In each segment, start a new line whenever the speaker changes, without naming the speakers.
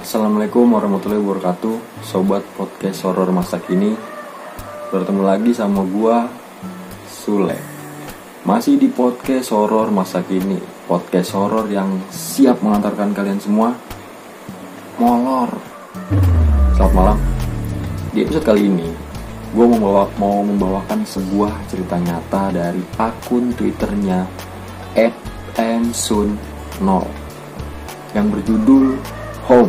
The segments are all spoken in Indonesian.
Assalamualaikum warahmatullahi wabarakatuh, sobat podcast horor masa kini. Bertemu lagi sama gua Sule. Masih di podcast horor masa kini, podcast horor yang siap mengantarkan kalian semua molor. Selamat malam. Di episode kali ini gua mau membawakan sebuah cerita nyata dari akun Twitternya @msun0 yang berjudul Home.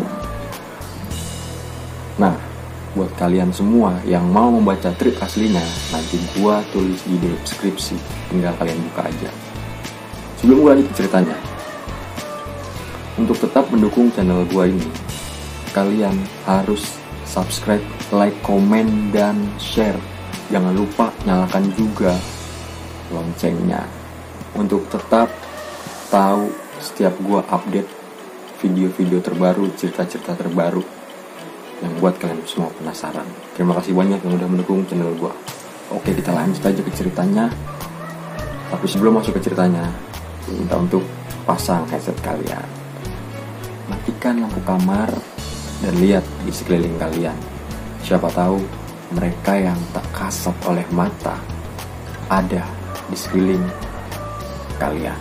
Nah, buat kalian semua yang mau membaca trip aslinya, nanti gua tulis di deskripsi, tinggal kalian buka aja. Sebelum gua lanjut ke ceritanya, untuk tetap mendukung channel gua ini, kalian harus subscribe, like, komen, dan share. Jangan lupa nyalakan juga loncengnya untuk tetap tahu setiap gua update video-video terbaru, cerita-cerita terbaru yang buat kalian semua penasaran. Terima kasih banyak yang udah mendukung channel gua. Oke, kita lanjut aja ke ceritanya. Tapi sebelum masuk ke ceritanya, minta untuk pasang headset kalian, matikan lampu kamar, dan lihat di sekeliling kalian. Siapa tahu mereka yang tak kasat oleh mata ada di sekeliling kalian.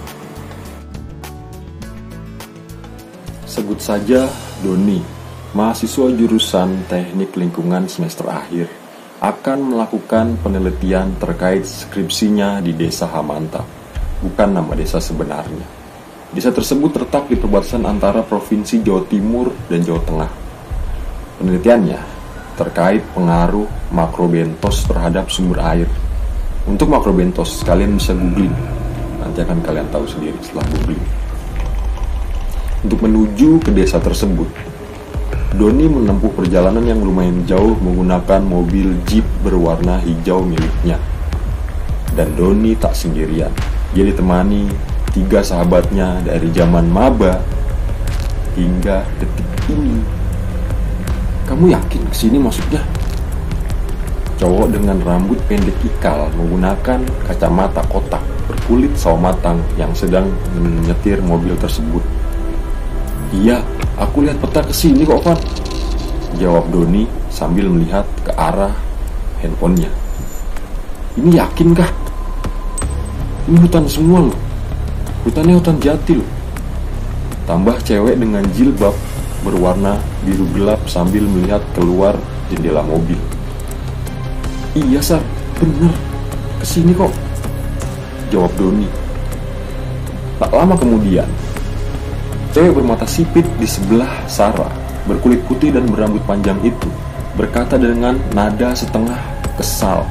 Sebut saja Doni, mahasiswa jurusan Teknik Lingkungan semester akhir, akan melakukan penelitian terkait skripsinya di Desa Hamanta, bukan nama desa sebenarnya. Desa tersebut terletak di perbatasan antara Provinsi Jawa Timur dan Jawa Tengah. Penelitiannya terkait pengaruh makrobentos terhadap sumber air. Untuk makrobentos, kalian bisa googling, nanti akan kalian tahu sendiri setelah googling. Untuk menuju ke desa tersebut, Doni menempuh perjalanan yang lumayan jauh menggunakan mobil jeep berwarna hijau miliknya. Dan Doni tak sendirian. Dia ditemani 3 sahabatnya dari zaman maba hingga detik ini. Kamu yakin kesini maksudnya? Cowok dengan rambut pendek ikal menggunakan kacamata kotak berkulit sawo matang yang sedang menyetir mobil tersebut. Iya, aku lihat peta kesini kok, Van, jawab Doni sambil melihat ke arah handphonenya. Ini yakinkah? Ini hutan semua loh. Hutannya hutan jati loh. Tambah cewek dengan jilbab berwarna biru gelap sambil melihat keluar jendela mobil. Iya, Sar, bener, kesini kok, jawab Doni. Tak lama kemudian, cewek bermata sipit di sebelah Sarah, berkulit putih dan berambut panjang itu, berkata dengan nada setengah kesal.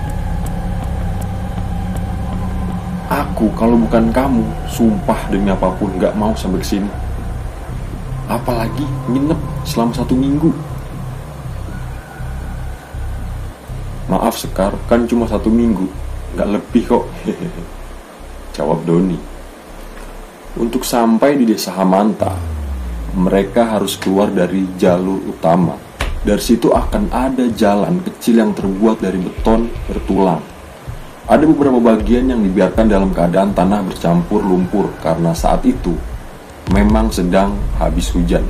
Aku kalau bukan kamu, sumpah demi apapun gak mau sampai kesini. Apalagi nginep selama 1 minggu. Maaf Sekar, kan cuma 1 minggu, gak lebih kok, jawab Doni. Untuk sampai di Desa Hamanta, mereka harus keluar dari jalur utama. Dari situ akan ada jalan kecil yang terbuat dari beton bertulang. Ada beberapa bagian yang dibiarkan dalam keadaan tanah bercampur lumpur karena saat itu memang sedang habis hujan.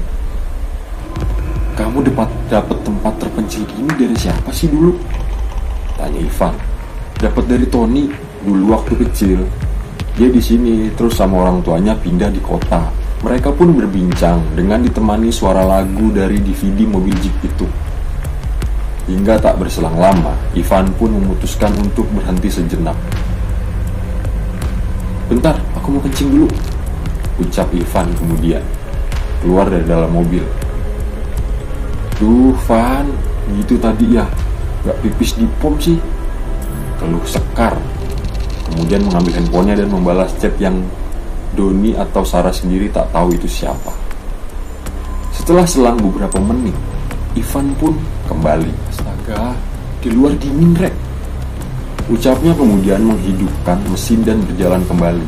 Kamu dapat tempat terpencil gini dari siapa sih dulu? Tanya Ivan. Dapat dari Tony dulu waktu kecil. Dia di sini terus sama orang tuanya pindah di kota. Mereka pun berbincang dengan ditemani suara lagu dari DVD mobil Jeep itu. Hingga tak berselang lama, Ivan pun memutuskan untuk berhenti sejenak. Bentar, aku mau kencing dulu, ucap Ivan kemudian keluar dari dalam mobil. Duh, Van, gitu tadi ya, gak pipis di pom sih, keluh Sekar. Kemudian mengambil handphonenya dan membalas chat yang Doni atau Sarah sendiri tak tahu itu siapa. Setelah selang beberapa menit, Ivan pun kembali. Astaga, di luar dingin rek, ucapnya kemudian menghidupkan mesin dan berjalan kembali.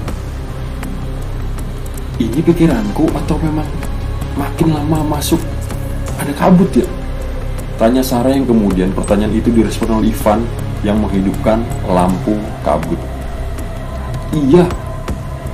Ini pikiranku atau memang makin lama masuk ada kabut ya? Tanya Sarah yang kemudian pertanyaan itu direspon oleh Ivan yang menghidupkan lampu kabut. Iya,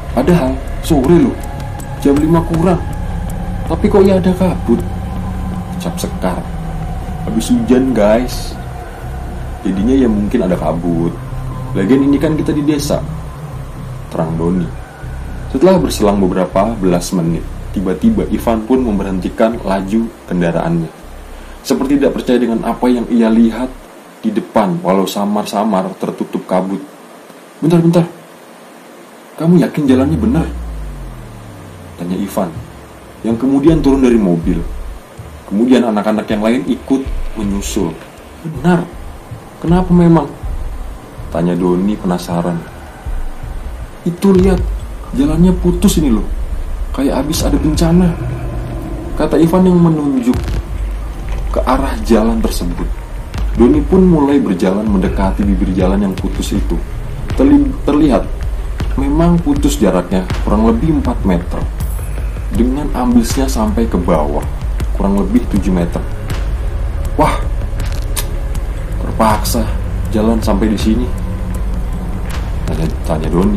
padahal sore loh, jam 5 kurang. Tapi kok ya ada kabut? ucap Sekar. Habis hujan guys, jadinya ya mungkin ada kabut. Lagian ini kan kita di desa, terang Doni. Setelah berselang beberapa belas menit, tiba-tiba Ivan pun memberhentikan laju kendaraannya, seperti tidak percaya dengan apa yang ia lihat di depan, walau samar-samar tertutup kabut. Bentar, kamu yakin jalannya benar? Tanya Ivan, yang kemudian turun dari mobil. Kemudian anak-anak yang lain ikut menyusul. Benar, kenapa memang? Tanya Doni penasaran. Itu lihat, jalannya putus ini loh, kayak habis ada bencana, kata Ivan yang menunjuk ke arah jalan tersebut. Doni pun mulai berjalan mendekati bibir jalan yang putus itu. Terlihat memang putus jaraknya kurang lebih 4 meter, dengan amblisnya sampai ke bawah kurang lebih 7 meter. Wah, terpaksa jalan sampai di sini, tanya Doni.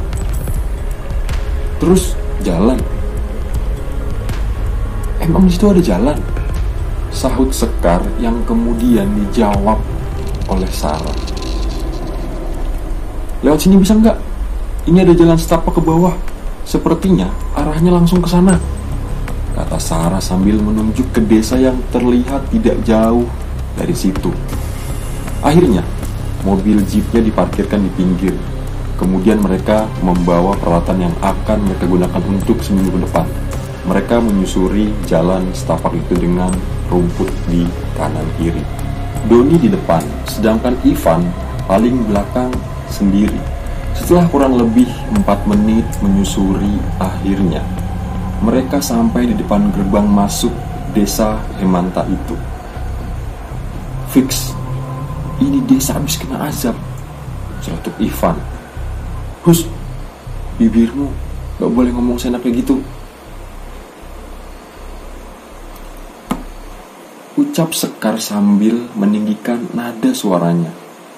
Terus jalan? Emang di situ ada jalan? Sahut Sekar yang kemudian dijawab oleh Sarah. Lewat sini bisa nggak? Ini ada jalan setapak ke bawah. Sepertinya arahnya langsung ke sana, kata Sarah sambil menunjuk ke desa yang terlihat tidak jauh dari situ. Akhirnya, mobil jeepnya diparkirkan di pinggir. Kemudian mereka membawa peralatan yang akan mereka gunakan untuk seminggu ke depan. Mereka menyusuri jalan setapak itu dengan rumput di kanan kiri. Doni di depan, sedangkan Ivan paling belakang sendiri. Setelah kurang lebih 4 menit menyusuri, akhirnya mereka sampai di depan gerbang masuk desa Hemanta itu. Fix, ini desa habis kena azab, celetuk Ivan. Hus, bibirmu gak boleh ngomong seenak kayak gitu, ucap Sekar sambil meninggikan nada suaranya.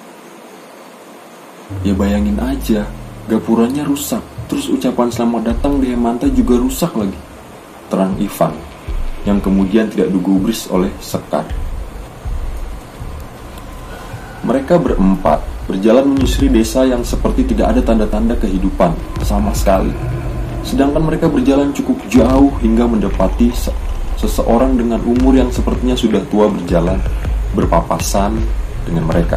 Ya bayangin aja, gapuranya rusak, terus ucapan selamat datang di Hemanta juga rusak lagi, terang Ivan, yang kemudian tidak digubris oleh Sekar. Mereka berempat berjalan menyusuri desa yang seperti tidak ada tanda-tanda kehidupan sama sekali. Sedangkan mereka berjalan cukup jauh hingga mendapati seseorang dengan umur yang sepertinya sudah tua berjalan berpapasan dengan mereka.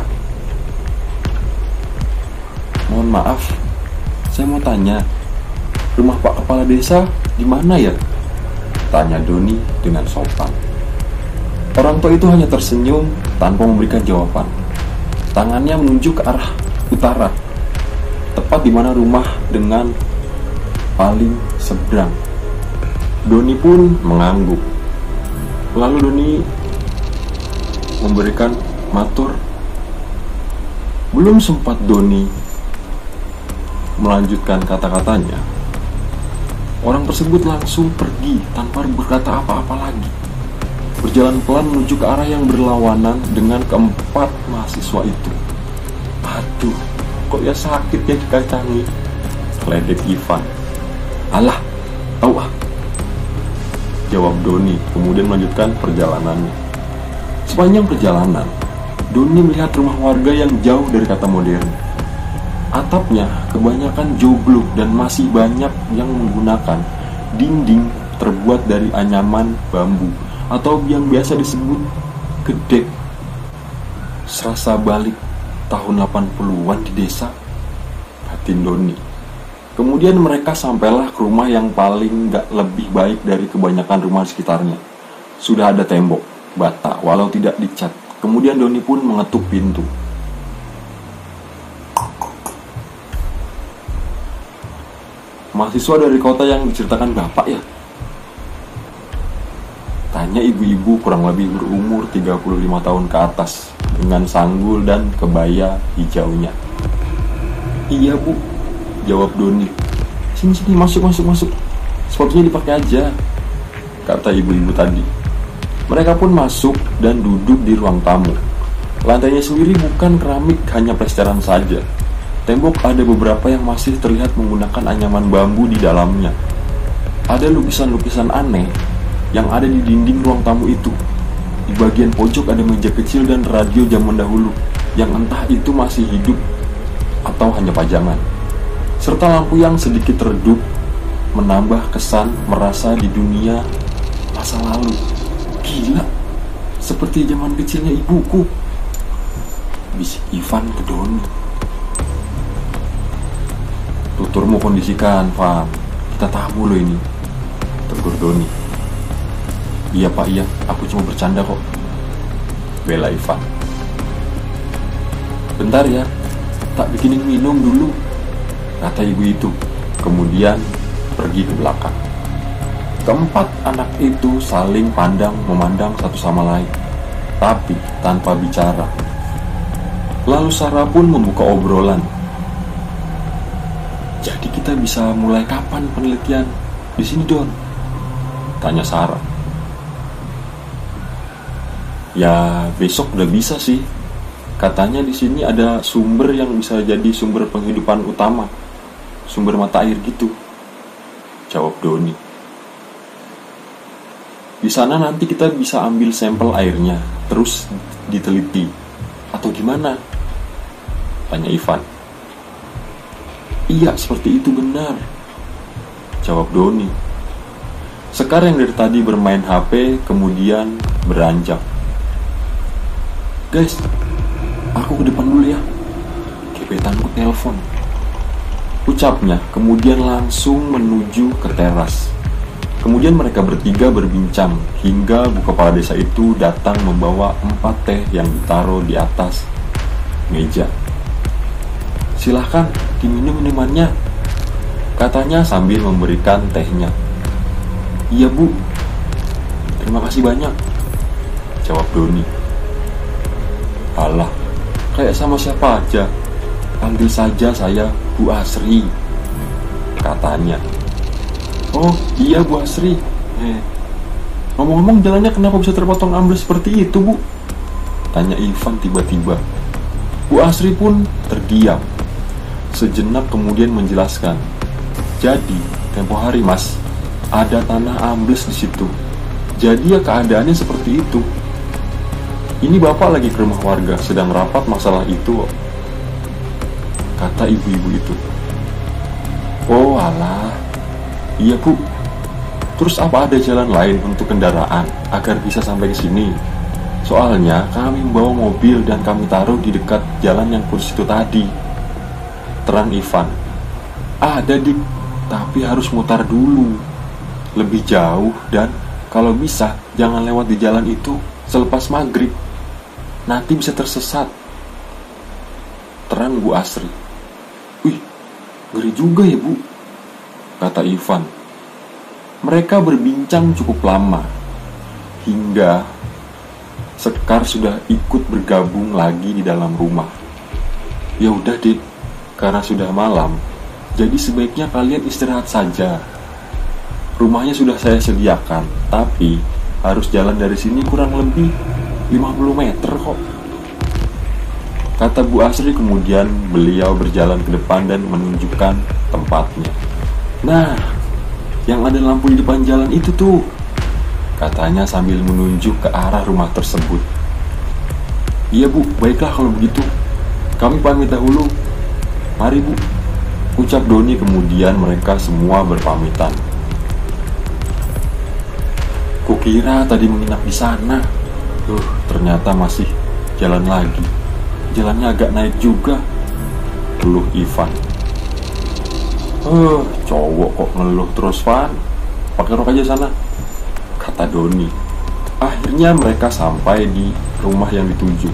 Mohon maaf, saya mau tanya, rumah Pak Kepala Desa di mana ya? Tanya Doni dengan sopan. Orang tua itu hanya tersenyum tanpa memberikan jawaban. Tangannya menunjuk ke arah utara, tepat di mana rumah dengan paling seberang. Doni pun mengangguk. Lalu Doni memberikan matur. Belum sempat Doni melanjutkan kata-katanya, orang tersebut langsung pergi tanpa berkata apa-apa lagi, berjalan pelan menuju ke arah yang berlawanan dengan keempat mahasiswa itu. Aduh, kok ya sakit ya dikacangi, ledek Ivan. Alah, tahu ah, jawab Doni, kemudian melanjutkan perjalanannya. Sepanjang perjalanan, Doni melihat rumah warga yang jauh dari kata modern. Atapnya kebanyakan joblok dan masih banyak yang menggunakan dinding terbuat dari anyaman bambu atau yang biasa disebut gedek. Serasa balik tahun 80-an di desa, batin Doni. Kemudian mereka sampailah ke rumah yang paling gak lebih baik dari kebanyakan rumah di sekitarnya. Sudah ada tembok bata walau tidak dicat. Kemudian Doni pun mengetuk pintu. Mahasiswa dari kota yang diceritakan bapak ya? Tanya ibu-ibu kurang lebih berumur 35 tahun ke atas, dengan sanggul dan kebaya hijaunya. Iya bu, jawab Doni. Sini masuk. Sepatunya dipakai aja, kata ibu-ibu tadi. Mereka pun masuk dan duduk di ruang tamu. Lantainya sendiri bukan keramik, hanya plesteran saja. Tembok ada beberapa yang masih terlihat menggunakan anyaman bambu di dalamnya. Ada lukisan-lukisan aneh yang ada di dinding ruang tamu itu. Di bagian pojok ada meja kecil dan radio zaman dahulu, yang entah itu masih hidup atau hanya pajangan, serta lampu yang sedikit redup, menambah kesan merasa di dunia masa lalu. Gila, seperti zaman kecilnya ibuku, bisik Ivan ke Doni. Tuturmu kondisikan, Van. Kita tamu lo ini, tegur Doni. Iya pak, iya, aku cuma bercanda kok, bela Ivan. Bentar ya, tak bikinin minum dulu, kata ibu itu, kemudian pergi ke belakang. Keempat anak itu saling memandang satu sama lain, tapi tanpa bicara. Lalu Sarah pun membuka obrolan. Jadi kita bisa mulai kapan penelitian di sini, Don? Tanya Sarah. Ya besok udah bisa sih. Katanya di sini ada sumber yang bisa jadi sumber penghidupan utama, sumber mata air gitu, jawab Doni. Di sana nanti kita bisa ambil sampel airnya, terus diteliti, atau gimana? Tanya Ivan. Iya, seperti itu benar, jawab Doni. Sekar yang dari tadi bermain HP kemudian beranjak. Guys, aku ke depan dulu ya, gebetanku telepon, ucapnya, kemudian langsung menuju ke teras. Kemudian mereka bertiga berbincang hingga bu kepala desa itu datang membawa 4 teh yang ditaruh di atas meja. Silahkan diminum minumannya, katanya sambil memberikan tehnya. Iya bu, terima kasih banyak, jawab Doni. Alah, kayak sama siapa aja, panggil saja saya Bu Asri, katanya. Oh iya Bu Asri. Ngomong-ngomong jalannya kenapa bisa terpotong ambles seperti itu bu? Tanya Ivan tiba-tiba. Bu Asri pun terdiam sejenak kemudian menjelaskan. Jadi tempo hari mas, ada tanah ambles di situ. Jadi ya keadaannya seperti itu. Ini bapak lagi ke rumah warga sedang rapat masalah itu, kata ibu-ibu itu. Oh alah, iya bu. Terus apa ada jalan lain untuk kendaraan agar bisa sampai ke sini? Soalnya kami membawa mobil dan kami taruh di dekat jalan yang kursi itu tadi, terang Ivan. Ada dik, tapi harus mutar dulu, lebih jauh, dan kalau bisa jangan lewat di jalan itu selepas maghrib, nanti bisa tersesat, terang Bu Asri. Wih, ngeri juga ya bu, kata Ivan. Mereka berbincang cukup lama hingga Sekar sudah ikut bergabung lagi di dalam rumah. Ya udah dik, karena sudah malam, jadi sebaiknya kalian istirahat saja. Rumahnya sudah saya sediakan, tapi harus jalan dari sini kurang lebih 50 meter kok, kata Bu Asri. Kemudian beliau berjalan ke depan dan menunjukkan tempatnya. Nah, yang ada lampu di depan jalan itu tuh, katanya sambil menunjuk ke arah rumah tersebut. Iya bu, baiklah kalau begitu, kami pamit dahulu. Mari bu, ucap Doni. Kemudian mereka semua berpamitan. Kukira tadi menginap di sana. Ternyata masih jalan lagi. Jalannya agak naik juga, keluh Ivan. Cowok kok ngeluh terus, Van. Pakai rok aja sana, kata Doni. Akhirnya mereka sampai di rumah yang dituju.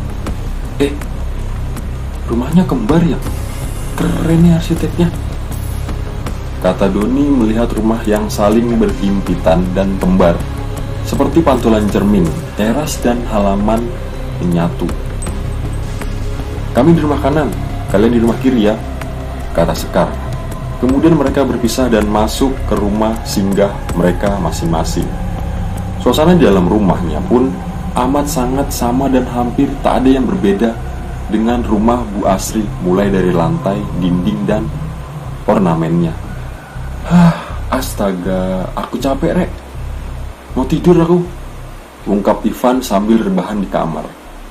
Rumahnya kembar ya? Keren ya arsiteknya, kata Doni melihat rumah yang saling berhimpitan dan kembar, seperti pantulan cermin, teras dan halaman menyatu. Kami di rumah kanan, kalian di rumah kiri ya, kata Sekar. Kemudian mereka berpisah dan masuk ke rumah singgah mereka masing-masing. Suasana di dalam rumahnya pun amat sangat sama dan hampir tak ada yang berbeda dengan rumah Bu Asri, mulai dari lantai, dinding, dan ornamennya. Astaga, aku capek rek, mau tidur aku, ungkap Ivan sambil rebahan di kamar.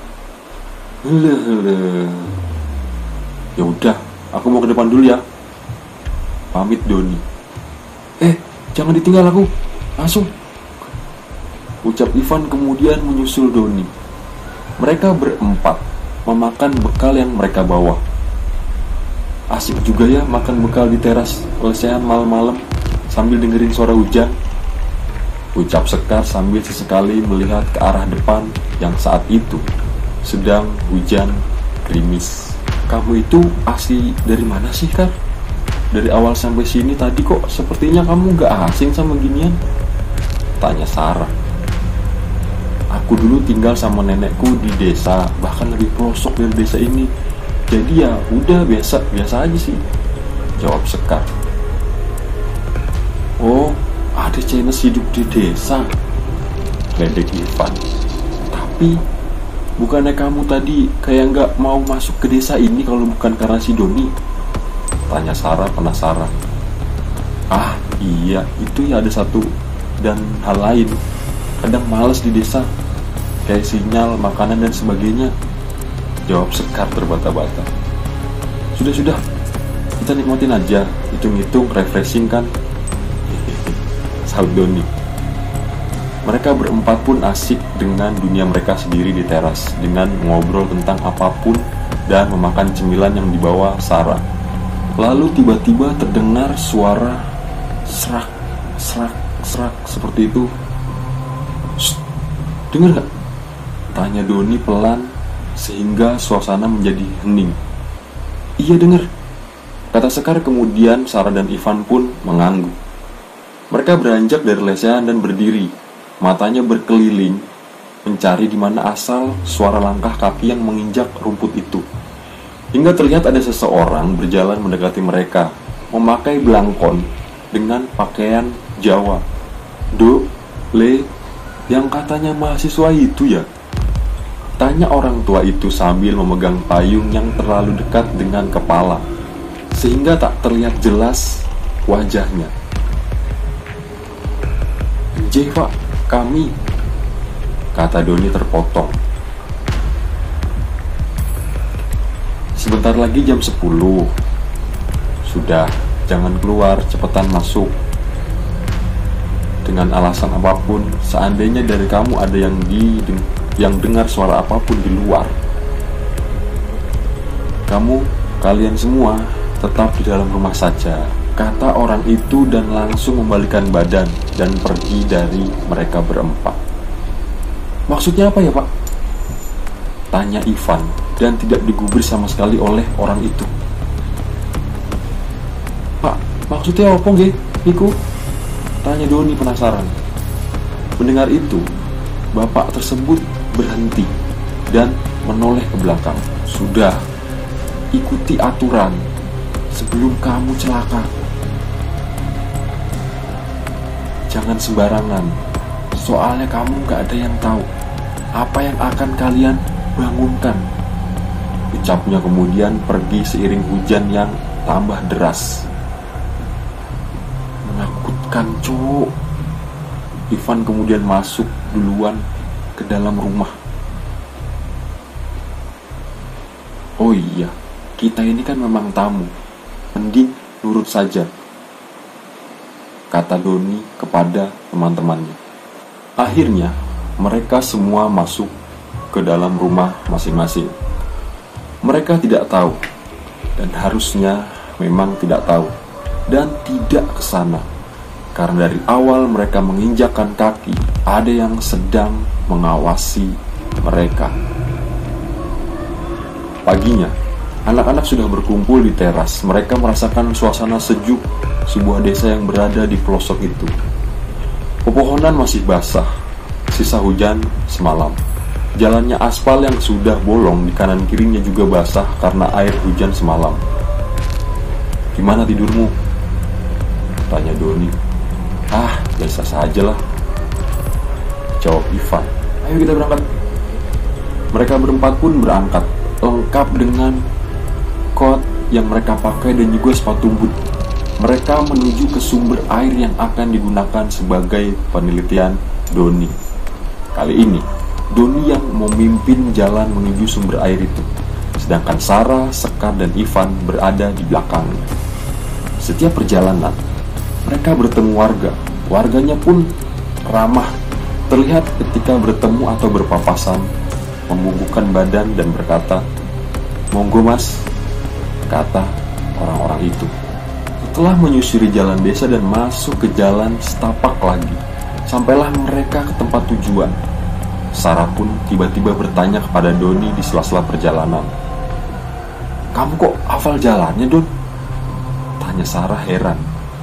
Ya udah, aku mau ke depan dulu ya, pamit Doni. Jangan ditinggal aku, langsung, ucap Ivan kemudian menyusul Doni. Mereka berempat memakan bekal yang mereka bawa. Asik juga ya makan bekal di teras lesehan malam-malam sambil dengerin suara hujan, ucap Sekar sambil sesekali melihat ke arah depan yang saat itu sedang hujan gerimis. Kamu itu asli dari mana sih, Kar? Dari awal sampai sini tadi kok sepertinya kamu gak asing sama ginian, tanya Sarah. Aku dulu tinggal sama nenekku di desa, bahkan lebih pelosok dari desa ini. Jadi ya udah biasa aja sih, jawab Sekar. Oh, ada Chinese hidup di desa, ledek Ivan. Tapi bukannya kamu tadi kayak gak mau masuk ke desa ini kalau bukan karena si Doni, tanya Sarah penasaran. Ah iya, itu ya ada satu dan hal lain. Kadang males di desa, kayak sinyal, makanan dan sebagainya, jawab Sekar terbata-bata. Sudah, kita nikmatin aja, hitung-hitung refreshing kan, sahut Doni. Mereka berempat pun asik dengan dunia mereka sendiri di teras, dengan ngobrol tentang apapun dan memakan cemilan yang dibawa Sarah. Lalu tiba-tiba terdengar suara serak seperti itu. Shh, denger gak? Tanya Doni pelan sehingga suasana menjadi hening. Iya denger, kata Sekar. Kemudian Sarah dan Ivan pun mengangguk. Mereka beranjak dari lesehan dan berdiri, matanya berkeliling mencari di mana asal suara langkah kaki yang menginjak rumput itu. Hingga terlihat ada seseorang berjalan mendekati mereka, memakai belangkon dengan pakaian Jawa. Do, Le, yang katanya mahasiswa itu ya? Tanya orang tua itu sambil memegang payung yang terlalu dekat dengan kepala, sehingga tak terlihat jelas wajahnya. Pak, kami, kata Doni terpotong. Sebentar lagi jam 10. Sudah, jangan keluar, cepetan masuk. Dengan alasan apapun, seandainya dari kamu ada yang dengar suara apapun di luar, kalian semua tetap di dalam rumah saja, kata orang itu dan langsung membalikkan badan dan pergi dari mereka berempat. Maksudnya apa ya, Pak? Tanya Ivan dan tidak digubris sama sekali oleh orang itu. Pak, maksudnya apa nggih niku? Tanya Doni penasaran. Mendengar itu, bapak tersebut berhenti dan menoleh ke belakang. Sudah, ikuti aturan sebelum kamu celaka. Jangan sembarangan, soalnya kamu gak ada yang tahu apa yang akan kalian bangunkan, ucapnya kemudian pergi seiring hujan yang tambah deras. Menakutkan, cuk. Ivan kemudian masuk duluan ke dalam rumah. Oh iya, kita ini kan memang tamu, mending nurut saja, kata Doni kepada teman-temannya. Akhirnya mereka semua masuk ke dalam rumah masing-masing. Mereka tidak tahu, dan harusnya memang tidak tahu, dan tidak ke sana, karena dari awal mereka menginjakkan kaki, ada yang sedang mengawasi mereka. Paginya, anak-anak sudah berkumpul di teras. Mereka merasakan suasana sejuk sebuah desa yang berada di pelosok itu. Pepohonan masih basah, sisa hujan semalam. Jalannya aspal yang sudah bolong di kanan kirinya juga basah karena air hujan semalam. Gimana tidurmu? Tanya Doni. Ah, biasa saja lah, jawab Ivan. Ayo kita berangkat. Mereka berempat pun berangkat, lengkap dengan kot yang mereka pakai dan juga sepatu boot. Mereka menuju ke sumber air yang akan digunakan sebagai penelitian Doni. Kali ini, Doni yang memimpin jalan menuju sumber air itu, sedangkan Sarah, Sekar, dan Ivan berada di belakangnya. Setiap perjalanan, mereka bertemu warga. Warganya pun ramah, terlihat ketika bertemu atau berpapasan, membungkukkan badan dan berkata, "Monggo mas," kata orang-orang itu. Setelah menyusuri jalan desa dan masuk ke jalan setapak lagi, sampailah mereka ke tempat tujuan. Sarah pun tiba-tiba bertanya kepada Doni di sela-sela perjalanan, "Kamu kok hafal jalannya, Don?" tanya Sarah heran.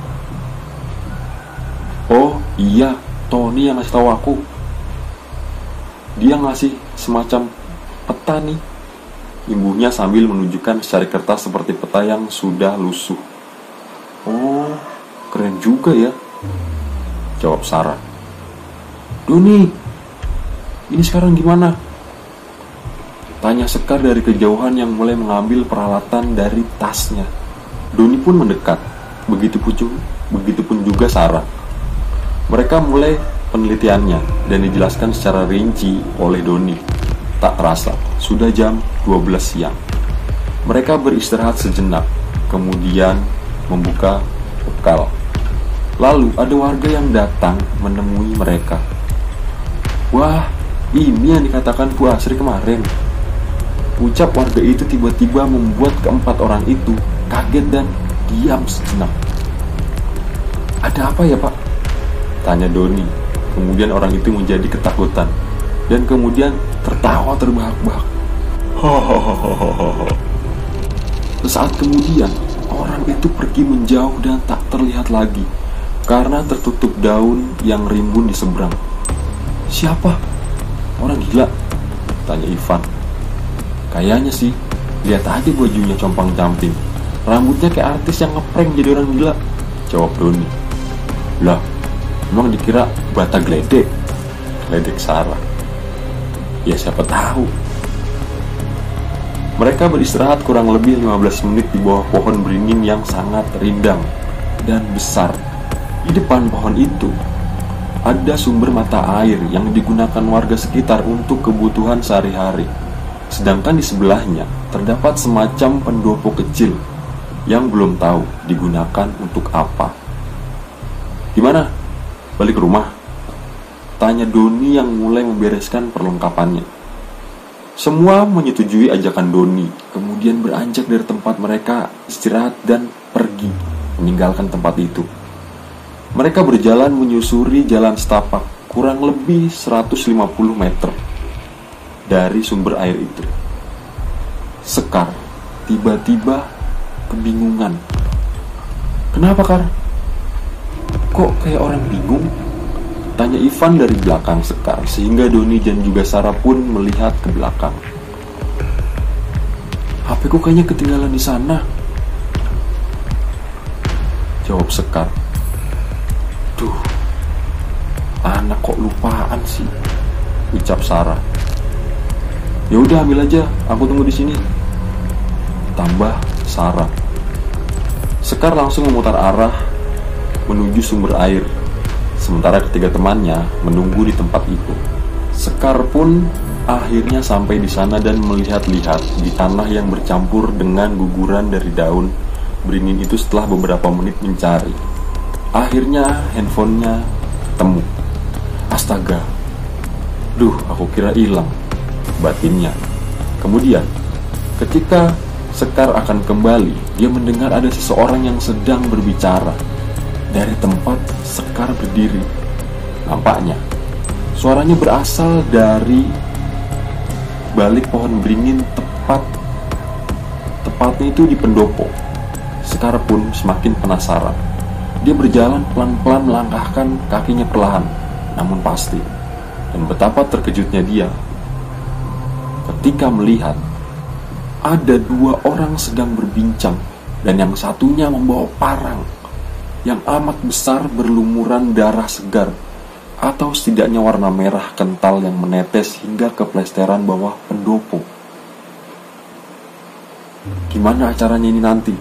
"Oh iya, Tony yang ngasih tahu aku. Dia ngasih semacam peta nih," imbuhnya sambil menunjukkan secari kertas seperti peta yang sudah lusuh. "Oh, keren juga ya," jawab Sarah. "Doni, ini sekarang gimana?" tanya Sekar dari kejauhan yang mulai mengambil peralatan dari tasnya. Doni pun mendekat, begitupun juga Sarah. Mereka mulai penelitiannya dan dijelaskan secara rinci oleh Doni. Tak terasa, sudah jam 12 siang. Mereka beristirahat sejenak, kemudian membuka bekal. Lalu ada warga yang datang menemui mereka. "Wah, ini yang dikatakan Bu Asri kemarin," ucap warga itu tiba-tiba membuat keempat orang itu kaget dan diam sejenak. "Ada apa ya, Pak?" tanya Doni. Kemudian orang itu menjadi ketakutan dan kemudian tertawa terbahak-bahak. Hahaha. Sesaat kemudian, orang itu pergi menjauh dan tak terlihat lagi karena tertutup daun yang rimbun di seberang. "Siapa? Orang gila?" tanya Ivan. "Kayaknya sih, lihat aja bajunya compang-camping. Rambutnya kayak artis yang ngeprank jadi orang gila," jawab Doni. "Lah, emang dikira bata geledek?" Geledek Sarah. "Ya siapa tahu." Mereka beristirahat kurang lebih 15 menit di bawah pohon beringin yang sangat rindang dan besar. Di depan pohon itu ada sumber mata air yang digunakan warga sekitar untuk kebutuhan sehari-hari. Sedangkan di sebelahnya terdapat semacam pendopo kecil yang belum tahu digunakan untuk apa. "Gimana? Balik ke rumah?" tanya Doni yang mulai membereskan perlengkapannya. Semua menyetujui ajakan Doni, kemudian beranjak dari tempat mereka istirahat dan pergi meninggalkan tempat itu. Mereka berjalan menyusuri jalan setapak kurang lebih 150 meter dari sumber air itu. Sekar tiba-tiba kebingungan. "Kenapa, Kar? Kok kayak orang bingung?" tanya Ivan dari belakang Sekar, sehingga Doni dan juga Sarah pun melihat ke belakang. "HP ku kayaknya ketinggalan di sana," jawab Sekar. "Duh, anak kok lupaan sih," ucap Sarah. "Ya udah ambil aja, aku tunggu di sini," tambah Sarah. Sekar langsung memutar arah menuju sumber air, sementara ketiga temannya menunggu di tempat itu. Sekar pun akhirnya sampai di sana dan melihat-lihat di tanah yang bercampur dengan guguran dari daun beringin itu. Setelah beberapa menit mencari, akhirnya handphonenya ketemu. "Astaga, duh, aku kira hilang," batinnya. Kemudian, ketika Sekar akan kembali, dia mendengar ada seseorang yang sedang berbicara. Dari tempat Sekar berdiri, nampaknya suaranya berasal dari balik pohon beringin, tepatnya itu di pendopo. Sekar pun semakin penasaran. Dia berjalan pelan-pelan melangkahkan kakinya perlahan, namun pasti. Dan betapa terkejutnya dia ketika melihat ada dua orang sedang berbincang, dan yang satunya membawa parang yang amat besar berlumuran darah segar, atau setidaknya warna merah kental yang menetes hingga ke plesteran bawah pendopo. "Gimana acaranya ini nanti?"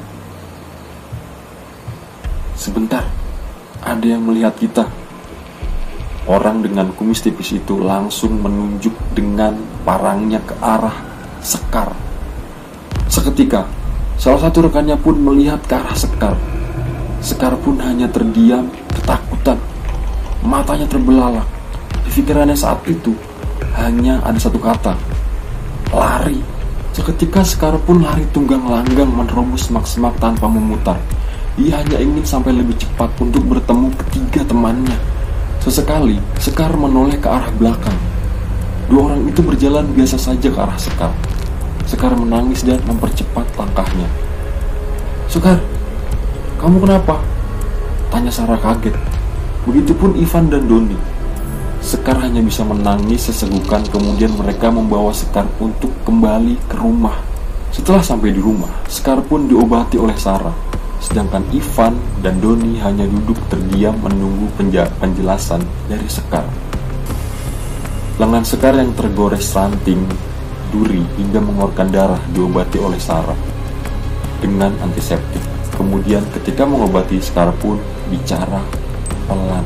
"Sebentar, ada yang melihat kita," Orang dengan kumis tipis itu langsung menunjuk dengan parangnya ke arah Sekar. Seketika, salah satu rekannya pun melihat ke arah Sekar. Sekar pun hanya terdiam, ketakutan. Matanya terbelalak. Di pikirannya saat itu hanya ada satu kata, lari. Seketika Sekar pun lari tunggang langgang menerobos semak-semak tanpa memutar. Dia hanya ingin sampai lebih cepat untuk bertemu ketiga temannya. Sesekali Sekar menoleh ke arah belakang. Dua orang itu berjalan biasa saja ke arah Sekar. Sekar menangis dan mempercepat langkahnya. "Sekar, kamu kenapa?" tanya Sarah kaget. Begitupun Ivan dan Doni. Sekar hanya bisa menangis sesegukan, kemudian mereka membawa Sekar untuk kembali ke rumah. Setelah sampai di rumah, Sekar pun diobati oleh Sarah. Sedangkan Ivan dan Doni hanya duduk terdiam menunggu penjelasan dari Sekar. Lengan Sekar yang tergores ranting, duri hingga mengeluarkan darah diobati oleh Sarah dengan antiseptik. Kemudian ketika mengobati, Sekar pun bicara pelan.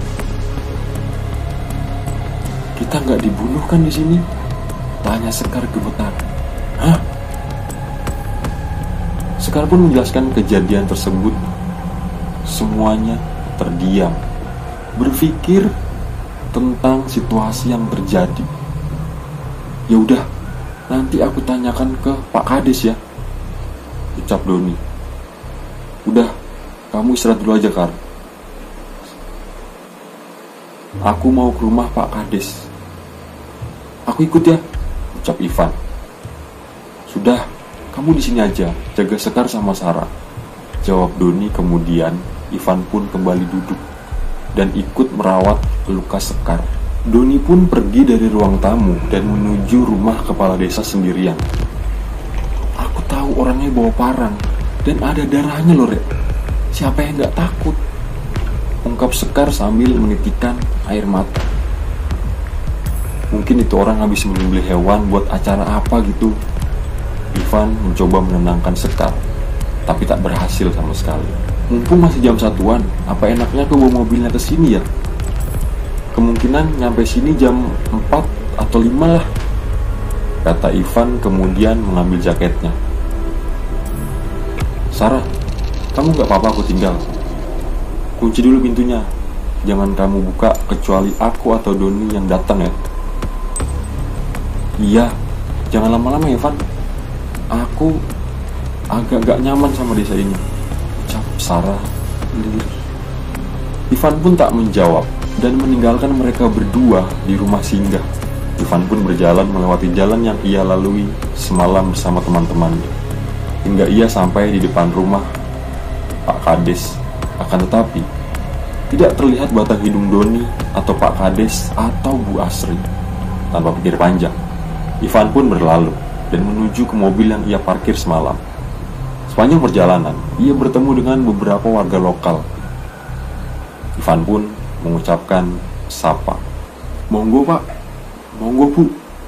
"Kita nggak dibunuh kan di sini?" tanya Sekar gemetar. "Hah?" Sekar pun menjelaskan kejadian tersebut. Semuanya terdiam, berpikir tentang situasi yang terjadi. "Ya udah, nanti aku tanyakan ke Pak Kades ya," ucap Doni. "Udah, kamu istirahat dulu aja, Kar. Aku mau ke rumah Pak Kades." "Aku ikut ya," ucap Ivan. "Sudah, kamu di sini aja, jaga Sekar sama Sarah," jawab Doni. Kemudian Ivan pun kembali duduk dan ikut merawat luka Sekar. Doni pun pergi dari ruang tamu dan menuju rumah kepala desa sendirian. "Aku tahu orangnya bawa parang dan ada darahnya loh, Rek. Siapa yang gak takut?" ungkap Sekar sambil menitikan air mata. "Mungkin itu orang habis menyembelih hewan buat acara apa gitu." Ivan mencoba menenangkan Sekar, tapi tak berhasil sama sekali. "Mumpung masih jam 1-an, apa enaknya aku bawa mobilnya ke sini ya? Kemungkinan nyampe sini jam 4 atau 5 lah," kata Ivan kemudian mengambil jaketnya. "Sarah, kamu gak apa-apa aku tinggal? Kunci dulu pintunya. Jangan kamu buka kecuali aku atau Doni yang datang ya." "Iya, jangan lama-lama ya, Van. Aku agak gak nyaman sama desa ini," ucap Sarah lirih. Ivan pun tak menjawab dan meninggalkan mereka berdua di rumah singgah. Ivan pun berjalan melewati jalan yang ia lalui semalam bersama teman-temannya, hingga ia sampai di depan rumah Pak Kades. Akan tetapi, tidak terlihat batang hidung Doni atau Pak Kades atau Bu Asri. Tanpa pikir panjang, Ivan pun berlalu dan menuju ke mobil yang ia parkir semalam. Sepanjang perjalanan, ia bertemu dengan beberapa warga lokal. Ivan pun mengucapkan sapa. "Monggo Pak, monggo Bu."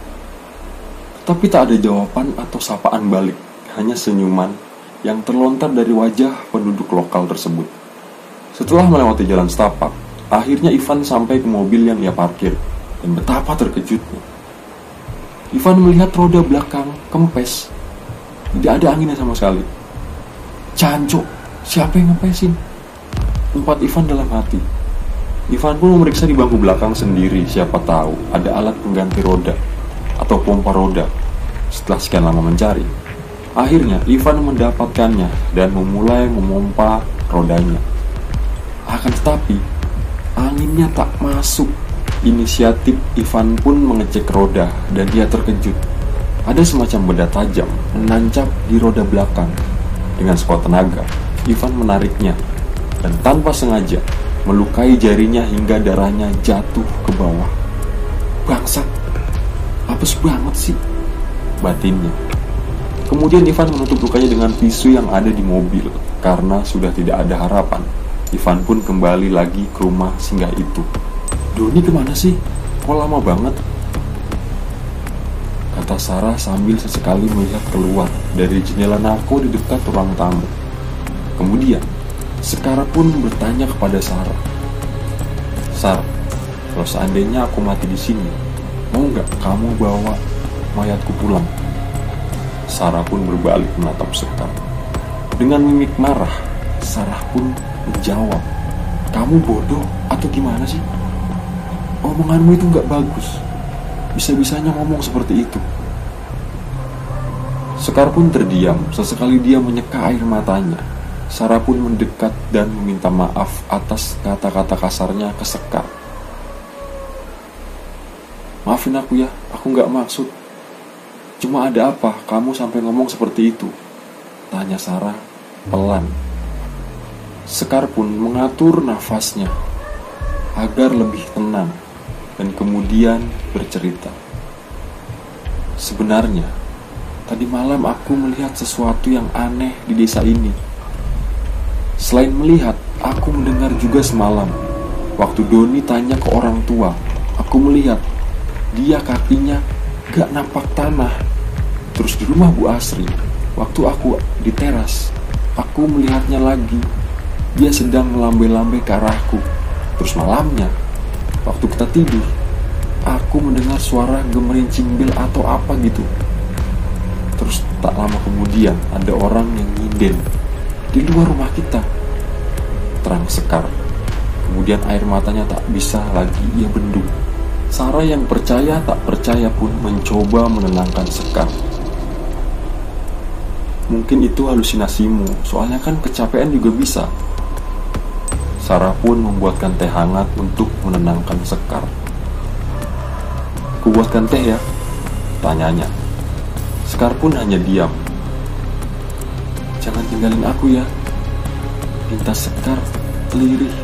Tapi tak ada jawaban atau sapaan balik, hanya senyuman yang terlontar dari wajah penduduk lokal tersebut. Setelah melewati jalan setapak, akhirnya Ivan sampai ke mobil yang ia parkir, dan betapa terkejutnya. Ivan melihat roda belakang kempes, tidak ada anginnya sama sekali. "Jancuk, siapa yang ngempesin?" umpat Ivan dalam hati. Ivan pun memeriksa di bangku belakang sendiri, siapa tahu ada alat pengganti roda atau pompa roda. Setelah sekian lama mencari, akhirnya Ivan mendapatkannya dan memulai memompa rodanya. Akan tetapi, anginnya tak masuk. Inisiatif Ivan pun mengecek roda dan dia terkejut. Ada semacam benda tajam menancap di roda belakang. Dengan sekuat tenaga, Ivan menariknya dan tanpa sengaja melukai jarinya hingga darahnya jatuh ke bawah. "Bangsat, apes banget sih," batinnya. Kemudian Ivan menutup lukanya dengan tisu yang ada di mobil. Karena sudah tidak ada harapan, Ivan pun kembali lagi ke rumah singgah itu. "Doni kemana sih? Kok lama banget?" kata Sarah sambil sesekali melihat keluar dari jendela narko di dekat ruang tamu. Kemudian Sekar pun bertanya kepada Sarah, "Sar, Kalau seandainya aku mati di sini, mau nggak kamu bawa mayatku pulang? Sarah pun berbalik menatap Sekar. Dengan mimik marah, Sarah pun menjawab, "Kamu bodoh atau gimana sih? Omonganmu itu nggak bagus. Bisa-bisanya ngomong seperti itu." Sekar pun terdiam. Sesekali dia menyeka air matanya. Sarah pun mendekat dan meminta maaf atas kata-kata kasarnya ke Sekar. "Maafin aku ya, aku nggak maksud. Cuma ada apa kamu sampai ngomong seperti itu?" tanya Sarah pelan. Sekar pun mengatur nafasnya agar lebih tenang dan kemudian bercerita. "Sebenarnya, tadi malam aku melihat sesuatu yang aneh di desa ini. Selain melihat, aku mendengar juga semalam. Waktu Doni tanya ke orang tua, aku melihat dia kakinya gak napak tanah. Terus di rumah Bu Asri, waktu aku di teras, aku melihatnya lagi. Dia sedang melambai-lambai ke arahku. Terus malamnya, waktu kita tidur, aku mendengar suara gemerincing bel atau apa gitu. Terus tak lama kemudian ada orang yang nyinden di luar rumah kita," terang Sekar. Kemudian air matanya tak bisa lagi ia bendung. Sarah yang percaya tak percaya pun mencoba menenangkan Sekar. "Mungkin itu halusinasimu, soalnya kan kecapean juga bisa." Sarah pun membuatkan teh hangat untuk menenangkan Sekar. "Kubuatkan teh ya?" tanyanya. Sekar pun hanya diam. "Jangan tinggalin aku ya," pinta Sekar lirih.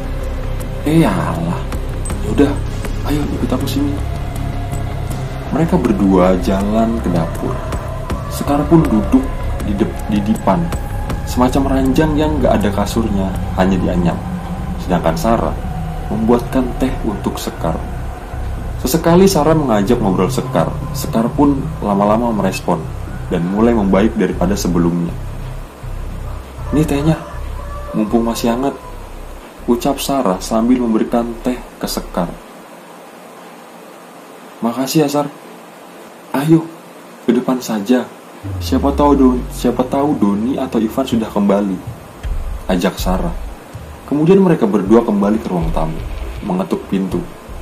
Alah, yaudah, ayo ikut aku sini." Mereka berdua jalan ke dapur. Sekar pun duduk di dipan, semacam ranjang yang gak ada kasurnya, hanya dianyam. Sedangkan Sarah membuatkan teh untuk Sekar. Sesekali Sarah mengajak ngobrol Sekar. Sekar pun lama-lama merespon dan mulai membaik daripada sebelumnya. "Ini tehnya, mumpung masih hangat," ucap Sarah sambil memberikan teh ke Sekar. "Makasih ya, Sar. Ayo, ke depan saja. Siapa tahu Doni atau Ivan sudah kembali," ajak Sarah. Kemudian mereka berdua kembali ke ruang tamu, mengetuk pintu.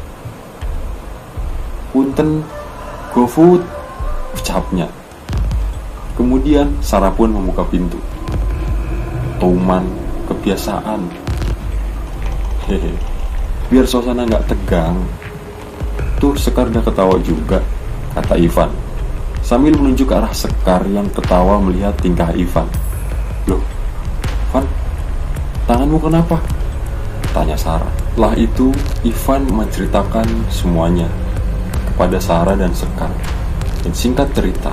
"Punten, GoFood," ucapnya. Kemudian Sarah pun membuka pintu. Tuman, kebiasaan. Hehe, biar suasana gak tegang. "Tuh, Sekar udah ketawa juga," kata Ivan, sambil menunjuk ke arah Sekar yang ketawa melihat tingkah Ivan. "Loh, Ivan, tanganmu kenapa?" tanya Sarah. Setelah itu, Ivan menceritakan semuanya kepada Sarah dan Sekar. Dan singkat cerita,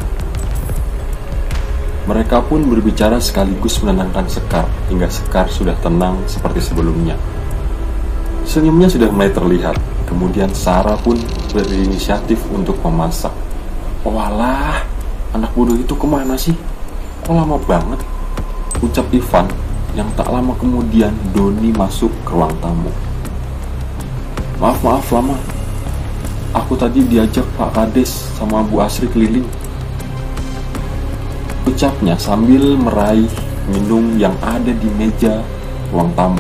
mereka pun berbicara sekaligus menenangkan Sekar hingga Sekar sudah tenang seperti sebelumnya. Senyumnya sudah mulai terlihat. Kemudian Sarah pun berinisiatif untuk memasak. "Walah, anak bodoh itu kemana sih? Kok lama banget?" ucap Ivan yang tak lama kemudian Doni masuk ke ruang tamu. Maaf lama. Aku tadi diajak Pak Kades sama Bu Asri keliling," ucapnya sambil meraih minum yang ada di meja ruang tamu.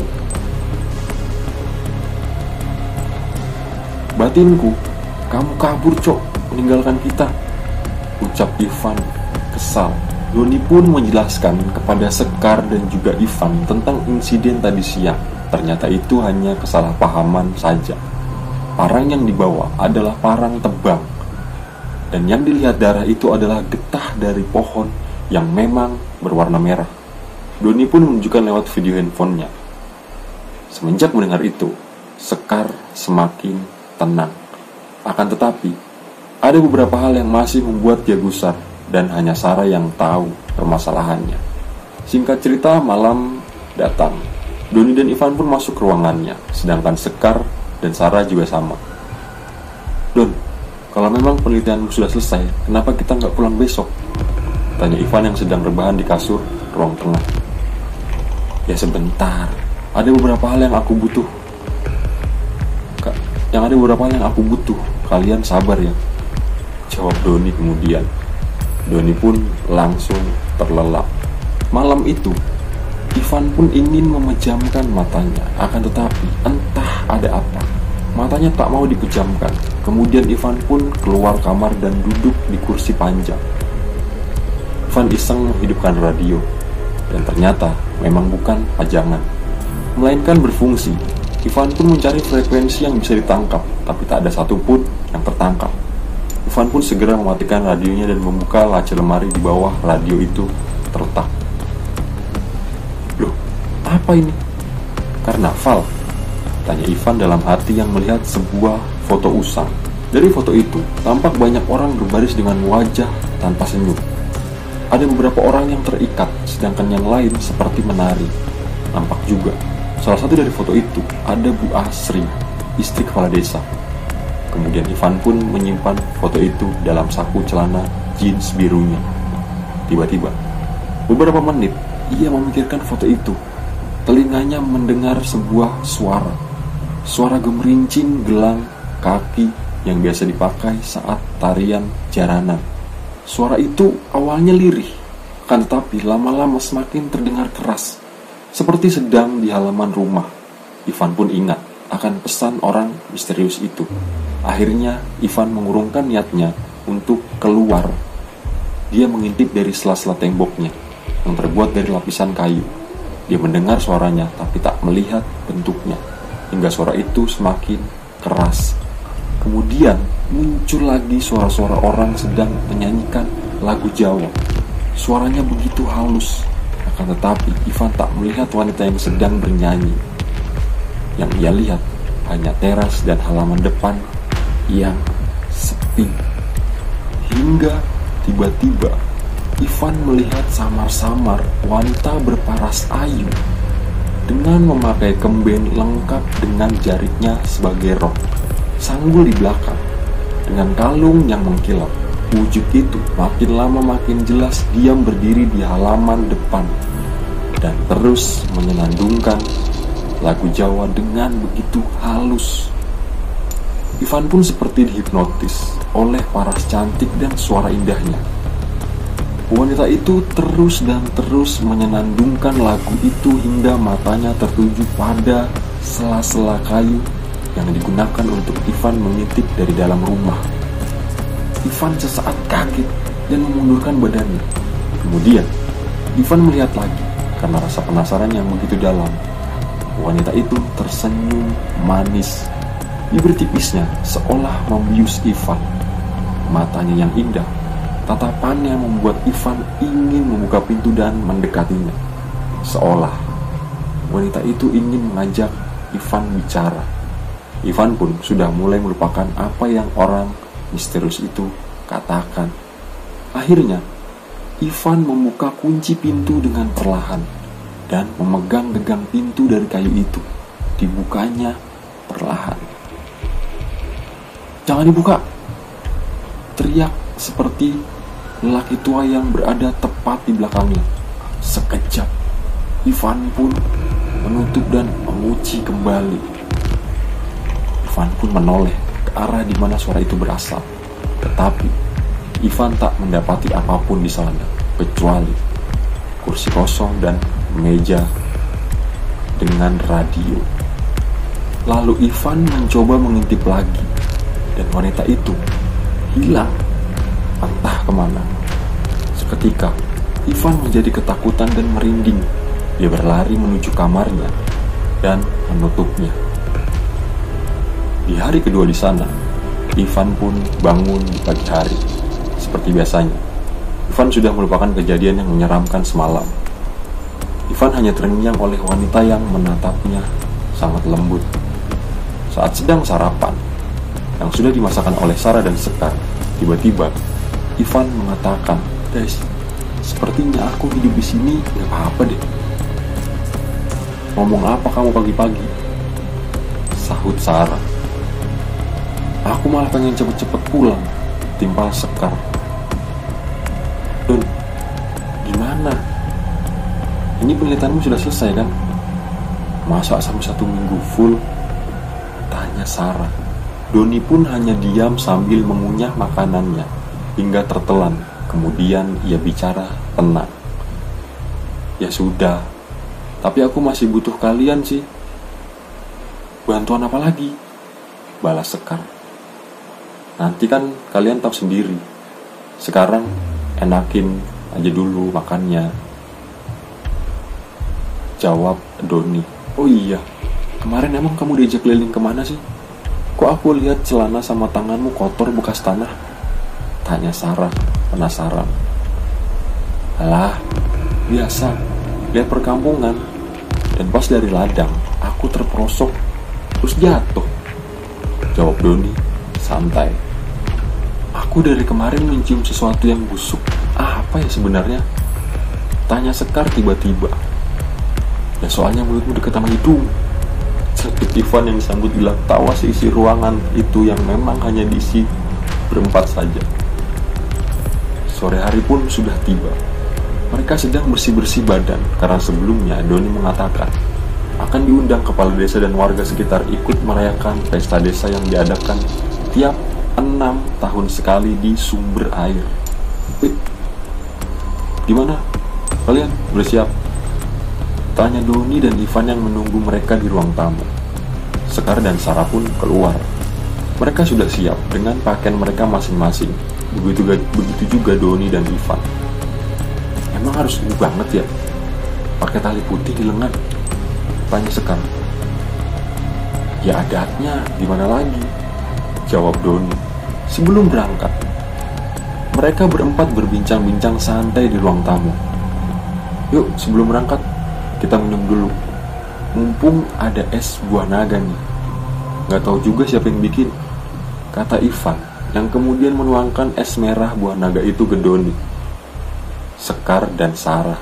"Batinku, kamu kabur, Cok, meninggalkan kita," ucap Ivan kesal. Doni pun menjelaskan kepada Sekar dan juga Ivan tentang insiden tadi siang. Ternyata itu hanya kesalahpahaman saja. Parang yang dibawa adalah parang tebang, dan yang dilihat darah itu adalah getah dari pohon yang memang berwarna merah. Doni pun menunjukkan lewat video handphonenya. Semenjak mendengar itu, Sekar semakin tenang. Akan tetapi, ada beberapa hal yang masih membuat dia gusar, dan hanya Sarah yang tahu permasalahannya. Singkat cerita, malam datang. Doni dan Ivan pun masuk ke ruangannya, sedangkan Sekar dan Sarah juga sama. "Don, kalau memang penelitianmu sudah selesai, kenapa kita nggak pulang besok?" tanya Ivan yang sedang rebahan di kasur ruang tengah. "Ya sebentar, ada beberapa hal yang aku butuh. Yang ada beberapa yang aku butuh, kalian sabar ya, jawab Doni kemudian. Doni pun langsung terlelap. Malam itu, Ivan pun ingin memejamkan matanya, akan tetapi entah ada apa, matanya tak mau dipejamkan. Kemudian Ivan pun keluar kamar dan duduk di kursi panjang. Ivan iseng menghidupkan radio, dan ternyata memang bukan pajangan, melainkan berfungsi. Ivan pun mencari frekuensi yang bisa ditangkap, tapi tak ada satupun yang tertangkap. Ivan pun segera mematikan radionya dan membuka laci lemari di bawah radio itu terletak. Loh, apa ini? Karnaval? Tanya Ivan dalam hati yang melihat sebuah foto usang. Dari foto itu, tampak banyak orang berbaris dengan wajah tanpa senyum. Ada beberapa orang yang terikat, sedangkan yang lain seperti menari. Nampak juga, salah satu dari foto itu ada Bu Asri, istri kepala desa. Kemudian Ivan pun menyimpan foto itu dalam saku celana jeans birunya. Tiba-tiba, beberapa menit, ia memikirkan foto itu. Telinganya mendengar sebuah suara. Suara gemerincing gelang kaki yang biasa dipakai saat tarian jaranan. Suara itu awalnya lirih, akan tetapi lama-lama semakin terdengar keras, seperti sedang di halaman rumah. Ivan pun ingat akan pesan orang misterius itu. Akhirnya Ivan mengurungkan niatnya untuk keluar. Dia mengintip dari sela-sela temboknya yang terbuat dari lapisan kayu. Dia mendengar suaranya tapi tak melihat bentuknya, hingga suara itu semakin keras. Kemudian muncul lagi suara-suara orang sedang menyanyikan lagu Jawa. Suaranya begitu halus, akan tetapi Ivan tak melihat wanita yang sedang bernyanyi. Yang ia lihat hanya teras dan halaman depan yang sepi. Hingga tiba-tiba Ivan melihat samar-samar wanita berparas ayu dengan memakai kemben lengkap dengan jaritnya sebagai rok, sanggul di belakang, dengan kalung yang mengkilap. Wujud itu makin lama makin jelas diam berdiri di halaman depan dan terus menyenandungkan lagu Jawa dengan begitu halus. Ivan pun seperti dihipnotis oleh paras cantik dan suara indahnya. Wanita itu terus dan terus menyenandungkan lagu itu hingga matanya tertuju pada sela-sela kayu yang digunakan untuk Ivan mengintip dari dalam rumah. Ivan sesaat kaget dan memundurkan badannya. Kemudian, Ivan melihat lagi karena rasa penasaran yang begitu dalam. Wanita itu tersenyum manis. Bibir tipisnya seolah membius Ivan. Matanya yang indah, tatapannya membuat Ivan ingin membuka pintu dan mendekatinya. Seolah wanita itu ingin mengajak Ivan bicara. Ivan pun sudah mulai melupakan apa yang orang misterius itu katakan. Akhirnya, Ivan membuka kunci pintu dengan perlahan dan memegang gegang pintu dari kayu itu. Dibukanya perlahan. "Jangan dibuka!" teriak seperti lelaki tua yang berada tepat di belakangnya. Sekejap, Ivan pun menutup dan mengunci kembali. Ivan pun menoleh ke arah di mana suara itu berasal. Tetapi Ivan tak mendapati apapun di sana kecuali kursi kosong dan meja dengan radio. Lalu Ivan mencoba mengintip lagi, dan wanita itu hilang entah kemana. Seketika Ivan menjadi ketakutan dan merinding. Dia berlari menuju kamarnya dan menutupnya. Di hari kedua di sana, Ivan pun bangun di pagi hari. Seperti biasanya, Ivan sudah melupakan kejadian yang menyeramkan semalam. Ivan hanya terngiang oleh wanita yang menatapnya sangat lembut. Saat sedang sarapan, yang sudah dimasakkan oleh Sarah dan Sekar, tiba-tiba Ivan mengatakan, "Guys, sepertinya aku hidup di sini gak apa-apa deh." "Ngomong apa kamu pagi-pagi?" sahut Sarah. "Aku malah pengen cepet-cepet pulang," timpal Sekar. "Don, gimana? Ini penelitianmu sudah selesai kan? Masa sampai 1 minggu full?" tanya Sarah. Doni pun hanya diam sambil mengunyah makanannya hingga tertelan. Kemudian ia bicara tenang. "Ya sudah, tapi aku masih butuh kalian sih." "Bantuan apa lagi?" balas Sekar. "Nanti kan kalian tahu sendiri. Sekarang enakin aja dulu makannya," jawab Doni. "Oh iya, kemarin emang kamu diajak keliling kemana sih? Kok aku lihat celana sama tanganmu kotor bekas tanah?" tanya Sarah penasaran. "Alah, biasa, lihat perkampungan. Dan pas dari ladang, aku terperosok terus jatuh," jawab Doni santai. "Aku dari kemarin mencium sesuatu yang busuk. Apa ya sebenarnya?" tanya Sekar tiba-tiba. "Ya soalnya mulutmu dekat sama hidung," celupit Ivan yang disambut gelak tawa seisi ruangan itu yang memang hanya diisi berempat saja. Sore hari pun sudah tiba. Mereka sedang bersih-bersih badan karena sebelumnya Doni mengatakan akan diundang kepala desa dan warga sekitar ikut merayakan pesta desa yang diadakan tiap 6 tahun sekali di sumber air. "Gimana? Kalian udah siap?" tanya Doni dan Ivan yang menunggu mereka di ruang tamu. Sekar dan Sarah pun keluar. Mereka sudah siap dengan pakaian mereka masing-masing. Begitu juga Doni dan Ivan. "Emang harus ini banget ya? Pakai tali putih di lengan?" tanya Sekar. "Ya adatnya, gimana lagi?" jawab Doni. Sebelum berangkat, mereka berempat berbincang-bincang santai di ruang tamu. "Yuk, sebelum berangkat, kita minum dulu. Mumpung ada es buah naga nih. Gak tahu juga siapa yang bikin," kata Ivan, yang kemudian menuangkan es merah buah naga itu ke Doni, Sekar, dan Sarah.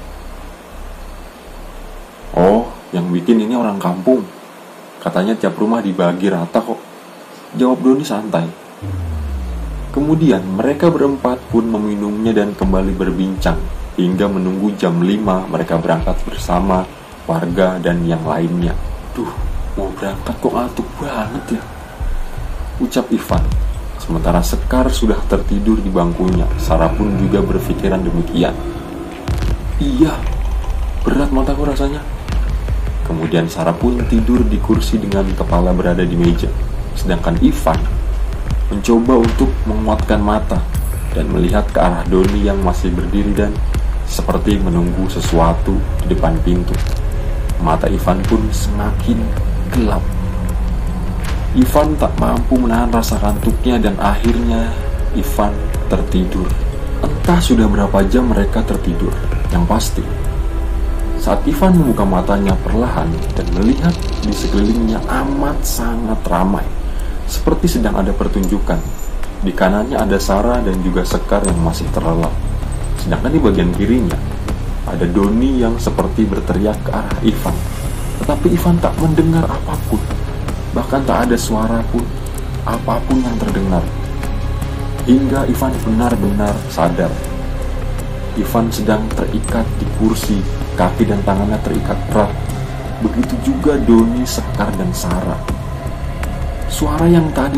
"Oh, yang bikin ini orang kampung. Katanya tiap rumah dibagi rata kok," jawab Doni santai. Kemudian mereka berempat pun meminumnya dan kembali berbincang hingga menunggu jam 5 mereka berangkat bersama warga dan yang lainnya. "Duh, mau berangkat kok ngantuk banget ya," ucap Ivan. Sementara Sekar sudah tertidur di bangkunya. Sarah pun juga berpikiran demikian. "Iya, berat mataku rasanya." Kemudian Sarah pun tidur di kursi dengan kepala berada di meja. Sedangkan Ivan mencoba untuk menguatkan mata dan melihat ke arah Doni yang masih berdiri dan seperti menunggu sesuatu di depan pintu. Mata Ivan pun semakin gelap. Ivan tak mampu menahan rasa kantuknya dan akhirnya Ivan tertidur. Entah sudah berapa jam mereka tertidur. Yang pasti, saat Ivan membuka matanya perlahan dan melihat di sekelilingnya amat sangat ramai, seperti sedang ada pertunjukan. Di kanannya ada Sarah dan juga Sekar yang masih terlelap. Sedangkan di bagian kirinya ada Doni yang seperti berteriak ke arah Ivan. Tetapi Ivan tak mendengar apapun. Bahkan tak ada suara pun, apapun yang terdengar. Hingga Ivan benar-benar sadar. Ivan sedang terikat di kursi, kaki dan tangannya terikat erat. Begitu juga Doni, Sekar, dan Sarah. Suara yang tadi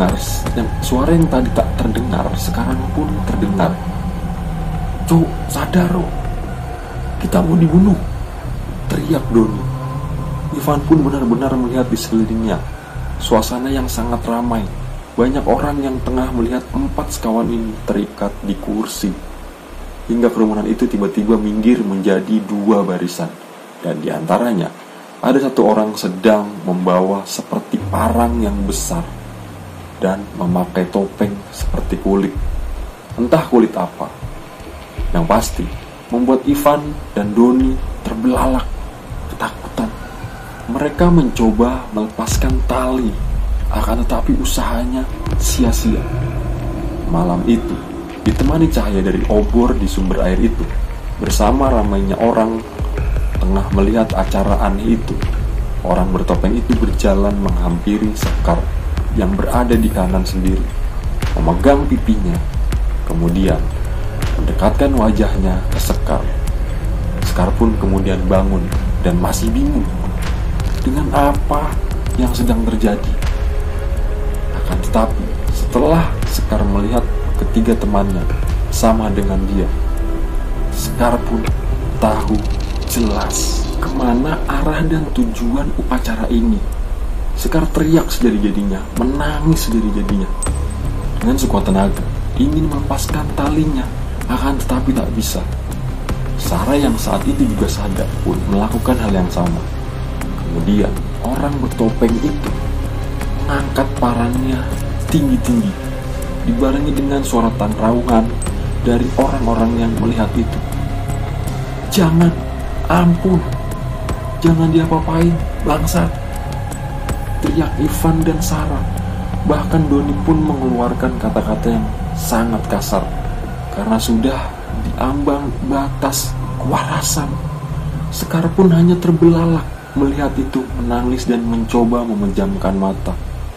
tak terdengar sekarang pun terdengar. "Cuk, sadar lo, kita mau dibunuh," teriak Doni. Ivan pun benar-benar melihat di sekelilingnya suasana yang sangat ramai. Banyak orang yang tengah melihat 4 sekawan ini terikat di kursi. Hingga kerumunan itu tiba-tiba minggir menjadi 2 barisan. Dan diantaranya ada 1 orang sedang membawa seperti parang yang besar dan memakai topeng seperti kulit. Entah kulit apa. Yang pasti membuat Ivan dan Doni terbelalak ketakutan. Mereka mencoba melepaskan tali, akan tetapi usahanya sia-sia. Malam itu ditemani cahaya dari obor di sumber air itu. Bersama ramainya orang tengah melihat acara aneh itu, orang bertopeng itu berjalan menghampiri Sekar yang berada di kanan sendiri, memegang pipinya, kemudian mendekatkan wajahnya ke Sekar. Sekar pun kemudian bangun dan masih bingung dengan apa yang sedang terjadi. Akan tetapi setelah Sekar melihat ketiga temannya sama dengan dia, Sekar pun tahu jelas kemana arah dan tujuan upacara ini. Sekar teriak sejadi-jadinya, menangis sejadi-jadinya. Dengan sekuat tenaga, ingin melepaskan talinya, akan tetapi tak bisa. Sarah yang saat itu juga sadar pun melakukan hal yang sama. Kemudian, orang bertopeng itu mengangkat parangnya tinggi-tinggi, dibarengi dengan suara raungan dari orang-orang yang melihat itu. "Jangan, ampun, jangan diapa-apain, bangsat!" teriak Ivan dan Sarah. Bahkan Doni pun mengeluarkan kata-kata yang sangat kasar karena sudah diambang batas kewarasan. Sekar pun hanya terbelalak melihat itu, menangis dan mencoba memejamkan mata.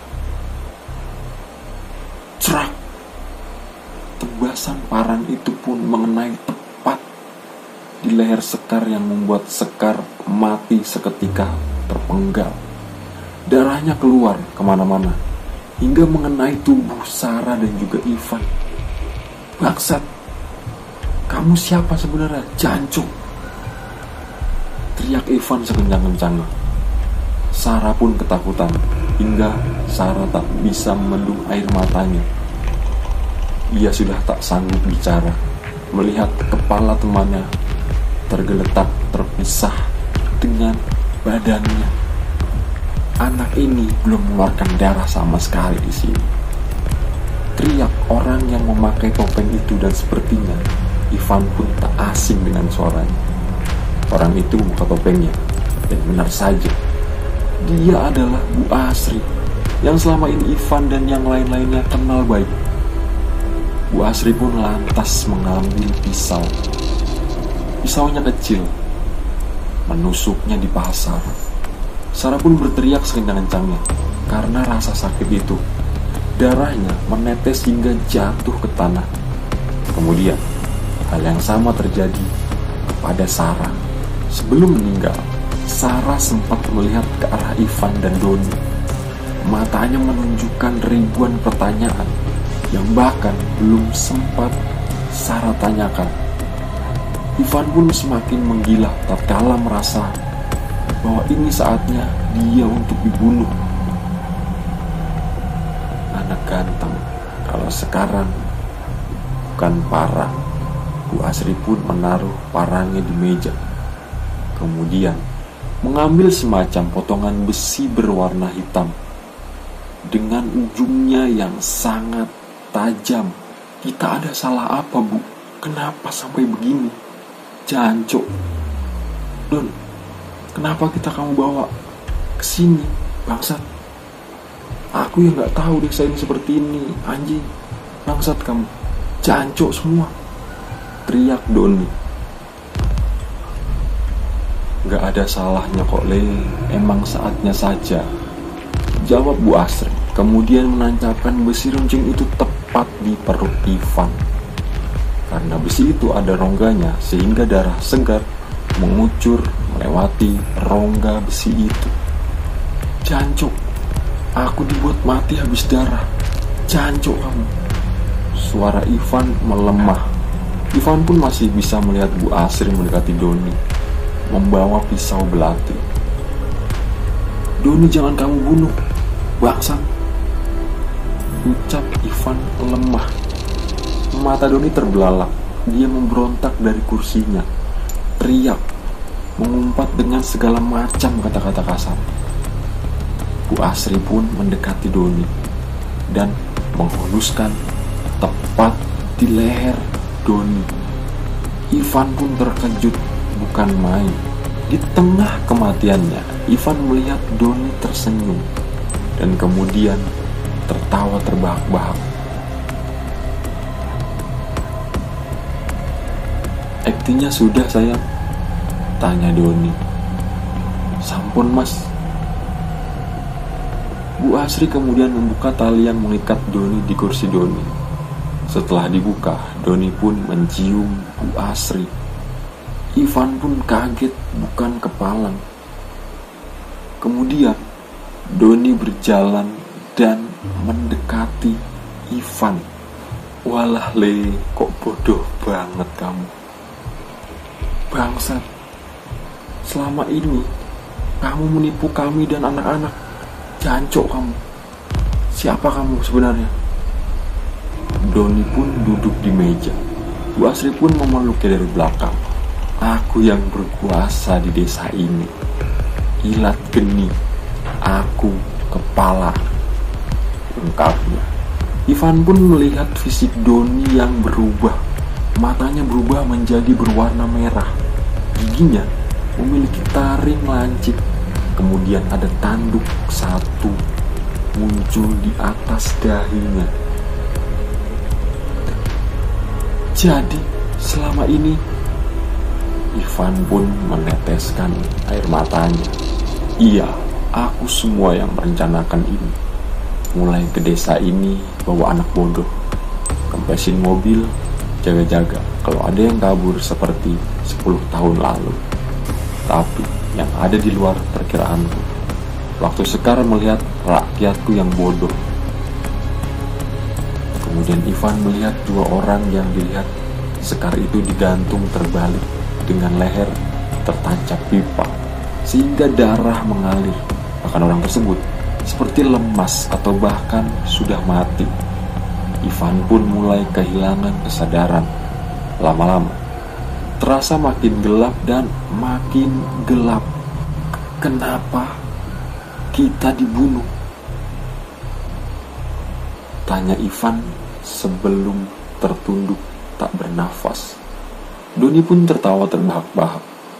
Cerak! Tebasan parang itu pun mengenai tepat di leher Sekar yang membuat Sekar mati seketika terpenggal. Darahnya keluar kemana-mana hingga mengenai tubuh Sarah dan juga Ivan. "Bangsat, kamu siapa sebenarnya, jancuk?" teriak Ivan sekencang-kencangnya. Sarah pun ketakutan hingga Sarah tak bisa membendung air matanya. Ia sudah tak sanggup bicara melihat kepala temannya tergeletak terpisah dengan badannya. Anak ini belum mengeluarkan darah sama sekali di sini. Teriak orang yang memakai topeng itu, dan sepertinya Ivan pun tak asing dengan suaranya. Orang itu membuka topengnya, dan benar saja, dia adalah Bu Asri yang selama ini Ivan dan yang lain-lainnya kenal baik. Bu Asri pun lantas mengambil pisau. Pisaunya kecil, menusuknya di paha Sarah. Sarah pun berteriak sekencang-kencangnya karena rasa sakit itu. Darahnya menetes hingga jatuh ke tanah. Kemudian, hal yang sama terjadi kepada Sarah. Sebelum meninggal, Sarah sempat melihat ke arah Ivan dan Doni. Matanya menunjukkan ribuan pertanyaan yang bahkan belum sempat Sarah tanyakan. Ivan pun semakin menggila tatkala merasa bahwa ini saatnya dia untuk dibunuh. Anak ganteng, kalau sekarang bukan parang. Bu Asri pun menaruh parangnya di meja. Kemudian mengambil semacam potongan besi berwarna hitam dengan ujungnya yang sangat tajam. "Kita ada salah apa, Bu? Kenapa sampai begini? Jancuk. Don, kenapa kamu bawa ke sini, bangsat? Aku yang gak tahu desa ini seperti ini, anjing. Bangsat kamu, jancuk semua!" teriak Doni. "Gak ada salahnya kok, Le. Emang saatnya saja," jawab Bu Asri. Kemudian menancapkan besi runcing itu tepat di perut Ivan. Karena besi itu ada rongganya, sehingga darah segar mengucur melewati rongga besi itu. "Jancuk, aku dibuat mati habis darah. Jancuk kamu!" Suara Ivan melemah. Ivan pun masih bisa melihat Bu Asri mendekati Doni, membawa pisau belati. "Doni, jangan kamu bunuh, bangsat!" ucap Ivan lemah. Mata Doni terbelalak. Dia memberontak dari kursinya, teriak, mengumpat dengan segala macam kata-kata kasar. Bu Asri pun mendekati Doni dan menghuluskan tepat di leher Doni. Ivan pun terkejut bukan main. Di tengah kematiannya, Ivan melihat Doni tersenyum dan kemudian tertawa terbahak-bahak. "Aktingnya sudah, sayang?" tanya Doni. "Sampun, Mas." Bu Asri kemudian membuka tali yang mengikat Doni di kursi Doni. Setelah dibuka, Doni pun mencium Bu Asri. Ivan pun kaget bukan kepalang. Kemudian Doni berjalan dan mendekati Ivan. Walah Le, kok bodoh banget kamu. Bangsat. Selama ini kamu menipu kami dan anak-anak. Jancok kamu. Siapa kamu sebenarnya? Doni pun duduk di meja. Bu Asri pun memeluknya dari belakang. Aku yang berkuasa di desa ini. Ilat geni. Aku kepala. Ungkapnya. Ivan pun melihat fisik Doni yang berubah. Matanya berubah menjadi berwarna merah. Giginya memiliki taring lancip. Kemudian ada tanduk satu muncul di atas dahinya. Jadi selama ini Ivan pun meneteskan air matanya. Iya, aku semua yang merencanakan ini. Mulai ke desa ini bawa anak bodoh, kempesin mobil, jaga-jaga kalau ada yang kabur seperti 10 tahun lalu. Tapi yang ada di luar perkiraanku. Waktu Sekar melihat rakyatku yang bodoh. Kemudian Ivan melihat 2 orang yang dilihat Sekar itu digantung terbalik dengan leher tertancap pipa sehingga darah mengalir. Bahkan orang tersebut seperti lemas atau bahkan sudah mati. Ivan pun mulai kehilangan kesadaran. Lama-lama terasa makin gelap dan makin gelap. Kenapa kita dibunuh? Tanya Ivan sebelum tertunduk tak bernafas. Doni pun tertawa terbahak-bahak.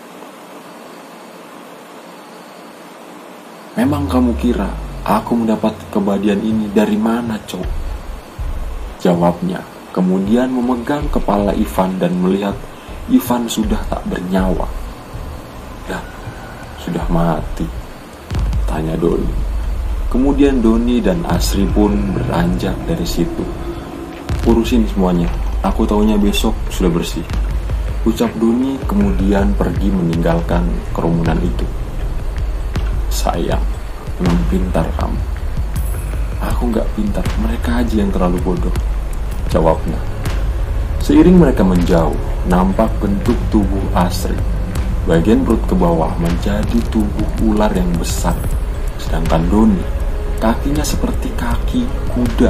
Memang kamu kira aku mendapat kebahagiaan ini dari mana, Cok? Jawabnya. Kemudian memegang kepala Ivan dan melihat Ivan sudah tak bernyawa. Dah, sudah mati. Tanya Doni. Kemudian Doni dan Asri pun beranjak dari situ. Urusin semuanya. Aku taunya besok sudah bersih. Ucap Doni kemudian pergi meninggalkan kerumunan itu. Sayang, memang pintar kamu. Aku gak pintar, mereka aja yang terlalu bodoh. Jawabnya. Seiring mereka menjauh, nampak bentuk tubuh Asri. Bagian perut ke bawah menjadi tubuh ular yang besar. Sedangkan Doni, kakinya seperti kaki kuda.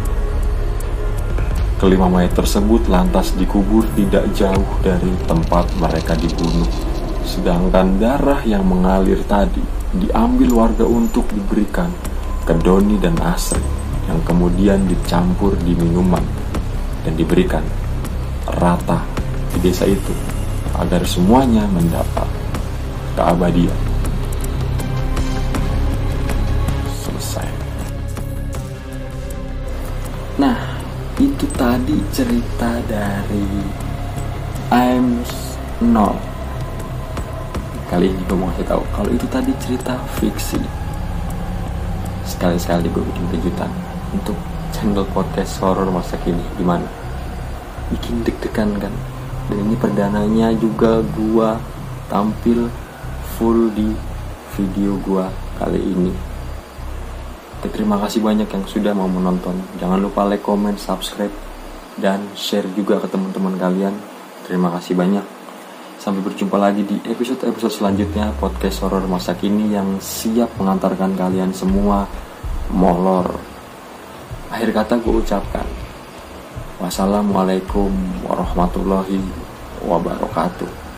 Kelima mayat tersebut lantas dikubur tidak jauh dari tempat mereka dibunuh. Sedangkan darah yang mengalir tadi diambil warga untuk diberikan ke Doni dan Asri, yang kemudian dicampur di minuman dan diberikan rata di desa itu agar semuanya mendapat keabadian. Selesai. Nah, itu tadi cerita dari I'm0. Kali ini gue mau kasih tahu kalau itu tadi cerita fiksi. Sekali-sekali gue bikin kejutan untuk channel podcast horor masa kini. Gimana? Bikin deg-degan kan? Dan ini perdananya juga gue tampil full di video gue kali ini. Terima kasih banyak yang sudah mau menonton. Jangan lupa like, comment, subscribe, dan share juga ke teman-teman kalian. Terima kasih banyak. Sampai berjumpa lagi di episode-episode selanjutnya podcast horor masa kini yang siap mengantarkan kalian semua molor. Akhir kata gue ucapkan wassalamualaikum warahmatullahi wabarakatuh.